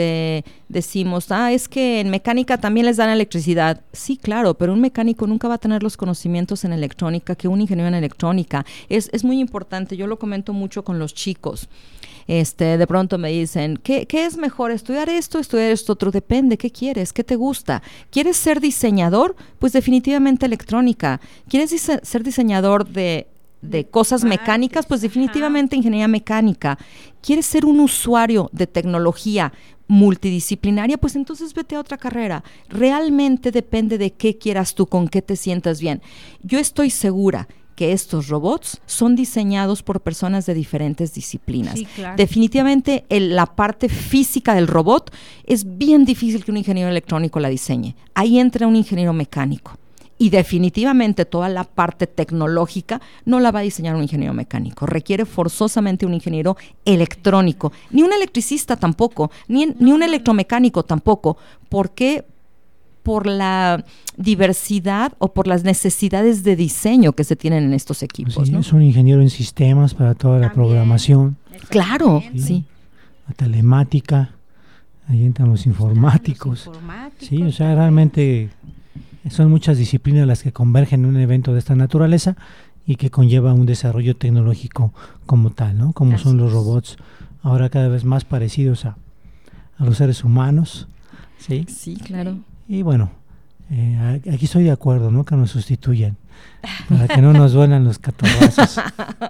decimos, es que en mecánica también les dan electricidad. Sí, claro, pero un mecánico nunca va a tener los conocimientos en electrónica que un ingeniero en electrónica. Es muy importante, yo lo comento mucho con los chicos. De pronto me dicen, ¿qué es mejor? ¿Estudiar esto otro? Depende, ¿qué quieres? ¿Qué te gusta? ¿Quieres ser diseñador? Pues definitivamente electrónica. ¿Quieres ser diseñador de cosas mecánicas? Pues definitivamente ingeniería mecánica. ¿Quieres ser un usuario de tecnología multidisciplinaria? Pues entonces vete a otra carrera. Realmente depende de qué quieras tú, con qué te sientas bien. Yo estoy segura que estos robots son diseñados por personas de diferentes disciplinas. Sí, claro. Definitivamente la parte física del robot es bien difícil que un ingeniero electrónico la diseñe. Ahí entra un ingeniero mecánico. Y definitivamente toda la parte tecnológica no la va a diseñar un ingeniero mecánico. Requiere forzosamente un ingeniero electrónico. Ni un electricista tampoco, ni un electromecánico tampoco. ¿Por qué? Por la diversidad o por las necesidades de diseño que se tienen en estos equipos. Sí, ¿no? Es un ingeniero en sistemas para toda la programación. Claro, sí. La telemática, ahí entran los informáticos. Sí, o sea, realmente son muchas disciplinas las que convergen en un evento de esta naturaleza y que conlleva un desarrollo tecnológico como tal, ¿no? Como son los robots ahora cada vez más parecidos a los seres humanos, ¿sí? Sí, claro. Y bueno, aquí estoy de acuerdo, ¿no? Que nos sustituyan, para que no nos duelan los catorrazos.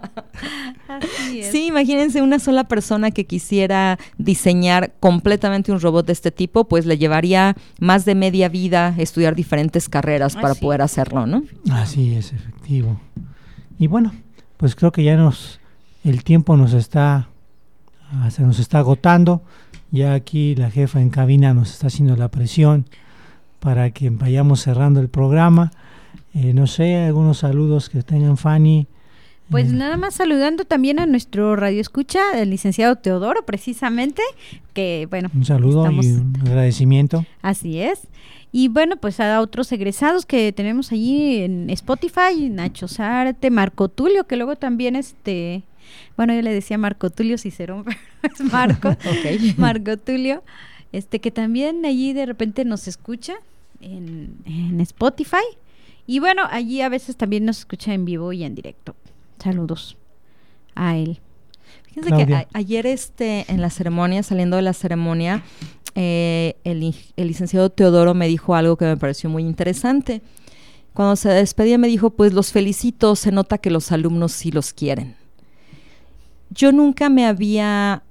Sí, imagínense una sola persona que quisiera diseñar completamente un robot de este tipo, pues le llevaría más de media vida estudiar diferentes carreras para poder hacerlo, ¿no? Así es, efectivo. Y bueno, pues creo que ya el tiempo se nos está agotando. Ya aquí la jefa en cabina nos está haciendo la presión para que vayamos cerrando el programa. No sé, algunos saludos que tengan, Fanny. Pues nada más saludando también a nuestro radioescucha, el licenciado Teodoro, precisamente, que bueno. Un saludo y un agradecimiento. Así es. Y bueno, pues a otros egresados que tenemos allí en Spotify, Nacho Zárate, Marco Tulio, que luego también bueno, yo le decía Marco Tulio Cicerón, pero es Marco, okay. Marco Tulio, que también allí de repente nos escucha en Spotify. Y bueno, allí a veces también nos escucha en vivo y en directo. Saludos a él. Fíjense Claudia. Que ayer en la ceremonia, saliendo de la ceremonia, el licenciado Teodoro me dijo algo que me pareció muy interesante. Cuando se despedía me dijo, pues los felicito, se nota que los alumnos sí los quieren. Yo nunca me había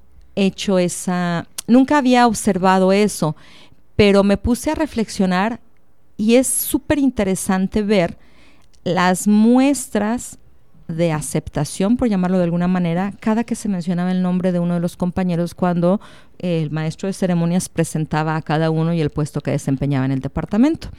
nunca había observado eso, pero me puse a reflexionar y es súper interesante ver las muestras de aceptación, por llamarlo de alguna manera, cada que se mencionaba el nombre de uno de los compañeros cuando el maestro de ceremonias presentaba a cada uno y el puesto que desempeñaba en el departamento.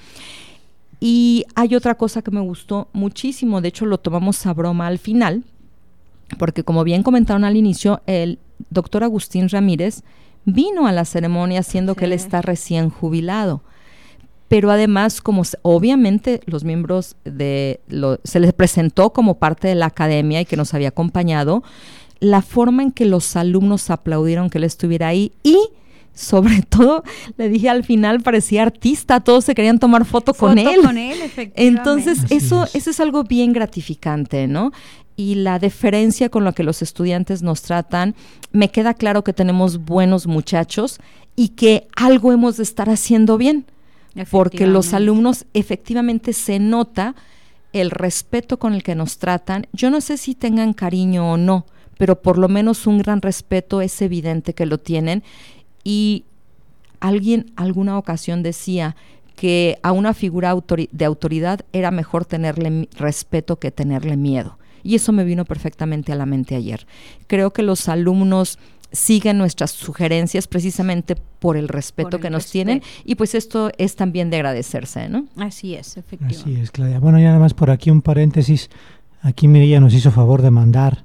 Y hay otra cosa que me gustó muchísimo, de hecho lo tomamos a broma al final, porque como bien comentaron al inicio, el doctor Agustín Ramírez vino a la ceremonia siendo que él está recién jubilado. Pero además, como obviamente los miembros se les presentó como parte de la academia y que nos había acompañado, la forma en que los alumnos aplaudieron que él estuviera ahí y sobre todo, le dije al final, parecía artista, todos se querían tomar foto con él. Efectivamente. Entonces, eso es algo bien gratificante, ¿no? Y la deferencia con la que los estudiantes nos tratan, me queda claro que tenemos buenos muchachos y que algo hemos de estar haciendo bien. Porque los alumnos efectivamente se nota el respeto con el que nos tratan. Yo no sé si tengan cariño o no, pero por lo menos un gran respeto es evidente que lo tienen. Y alguien alguna ocasión decía que a una figura de autoridad era mejor tenerle respeto que tenerle miedo. Y eso me vino perfectamente a la mente ayer. Creo que los alumnos siguen nuestras sugerencias precisamente por el respeto que nos tienen, y pues esto es también de agradecerse, ¿no? Así es, efectivamente. Así es, Claudia. Bueno, ya nada más por aquí un paréntesis. Aquí Mireya nos hizo favor de mandar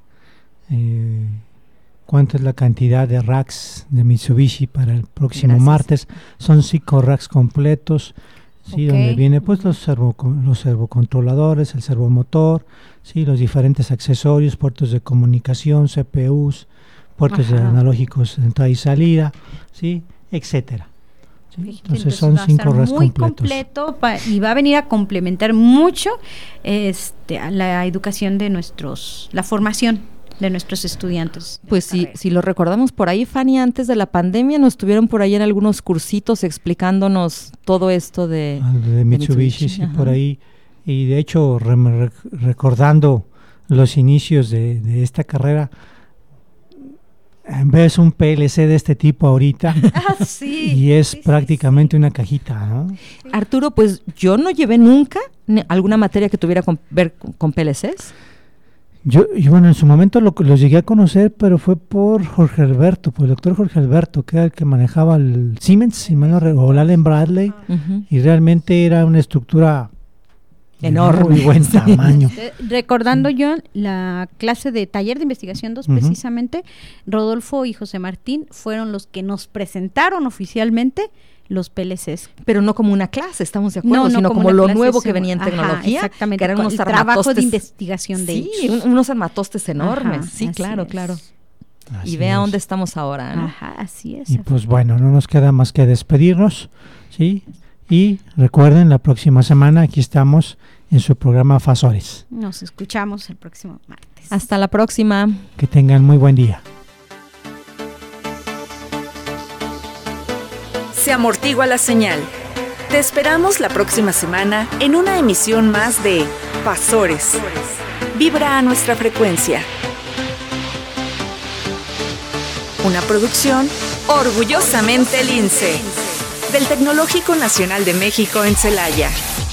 cuánto es la cantidad de racks de Mitsubishi para el próximo martes. Son 5 racks completos, sí, donde viene pues los servocontroladores, el servomotor, sí, los diferentes accesorios, puertos de comunicación, CPUs, puertos analógicos de entrada y salida, sí, etcétera. ¿Sí? Entonces son 5 racks muy completos. Completo y va a venir a complementar mucho a la educación de la formación de nuestros estudiantes. Pues si lo recordamos por ahí, Fanny, antes de la pandemia nos tuvieron por ahí en algunos cursitos explicándonos todo esto de Mitsubishi, sí, por ahí. Y de hecho, recordando los inicios de esta carrera, ves un PLC de este tipo ahorita y es prácticamente una cajita, ¿no? Sí. Arturo, pues yo no llevé nunca alguna materia que tuviera que ver con PLCs. Yo bueno, en su momento los llegué a conocer, pero fue por Jorge Alberto, por el doctor Jorge Alberto, que era el que manejaba el Siemens, o el Allen Bradley, y realmente era una estructura enorme, de buen tamaño. Recordando yo la clase de taller de investigación 2, precisamente, Rodolfo y José Martín fueron los que nos presentaron oficialmente los PLCs. Pero no como una clase, estamos de acuerdo, sino como lo nuevo que venía en tecnología. Exactamente, que eran unos trabajo de investigación de ellos. Sí, unos armatostes enormes. Sí, claro. Y vea dónde estamos ahora, ¿no? Así es. Y pues bueno, no nos queda más que despedirnos, ¿sí? Y recuerden, la próxima semana aquí estamos en su programa Fasores. Nos escuchamos el próximo martes. Hasta la próxima. Que tengan muy buen día. Se amortigua la señal. Te esperamos la próxima semana en una emisión más de Fasores. Vibra a nuestra frecuencia. Una producción orgullosamente Lince, del Tecnológico Nacional de México en Celaya.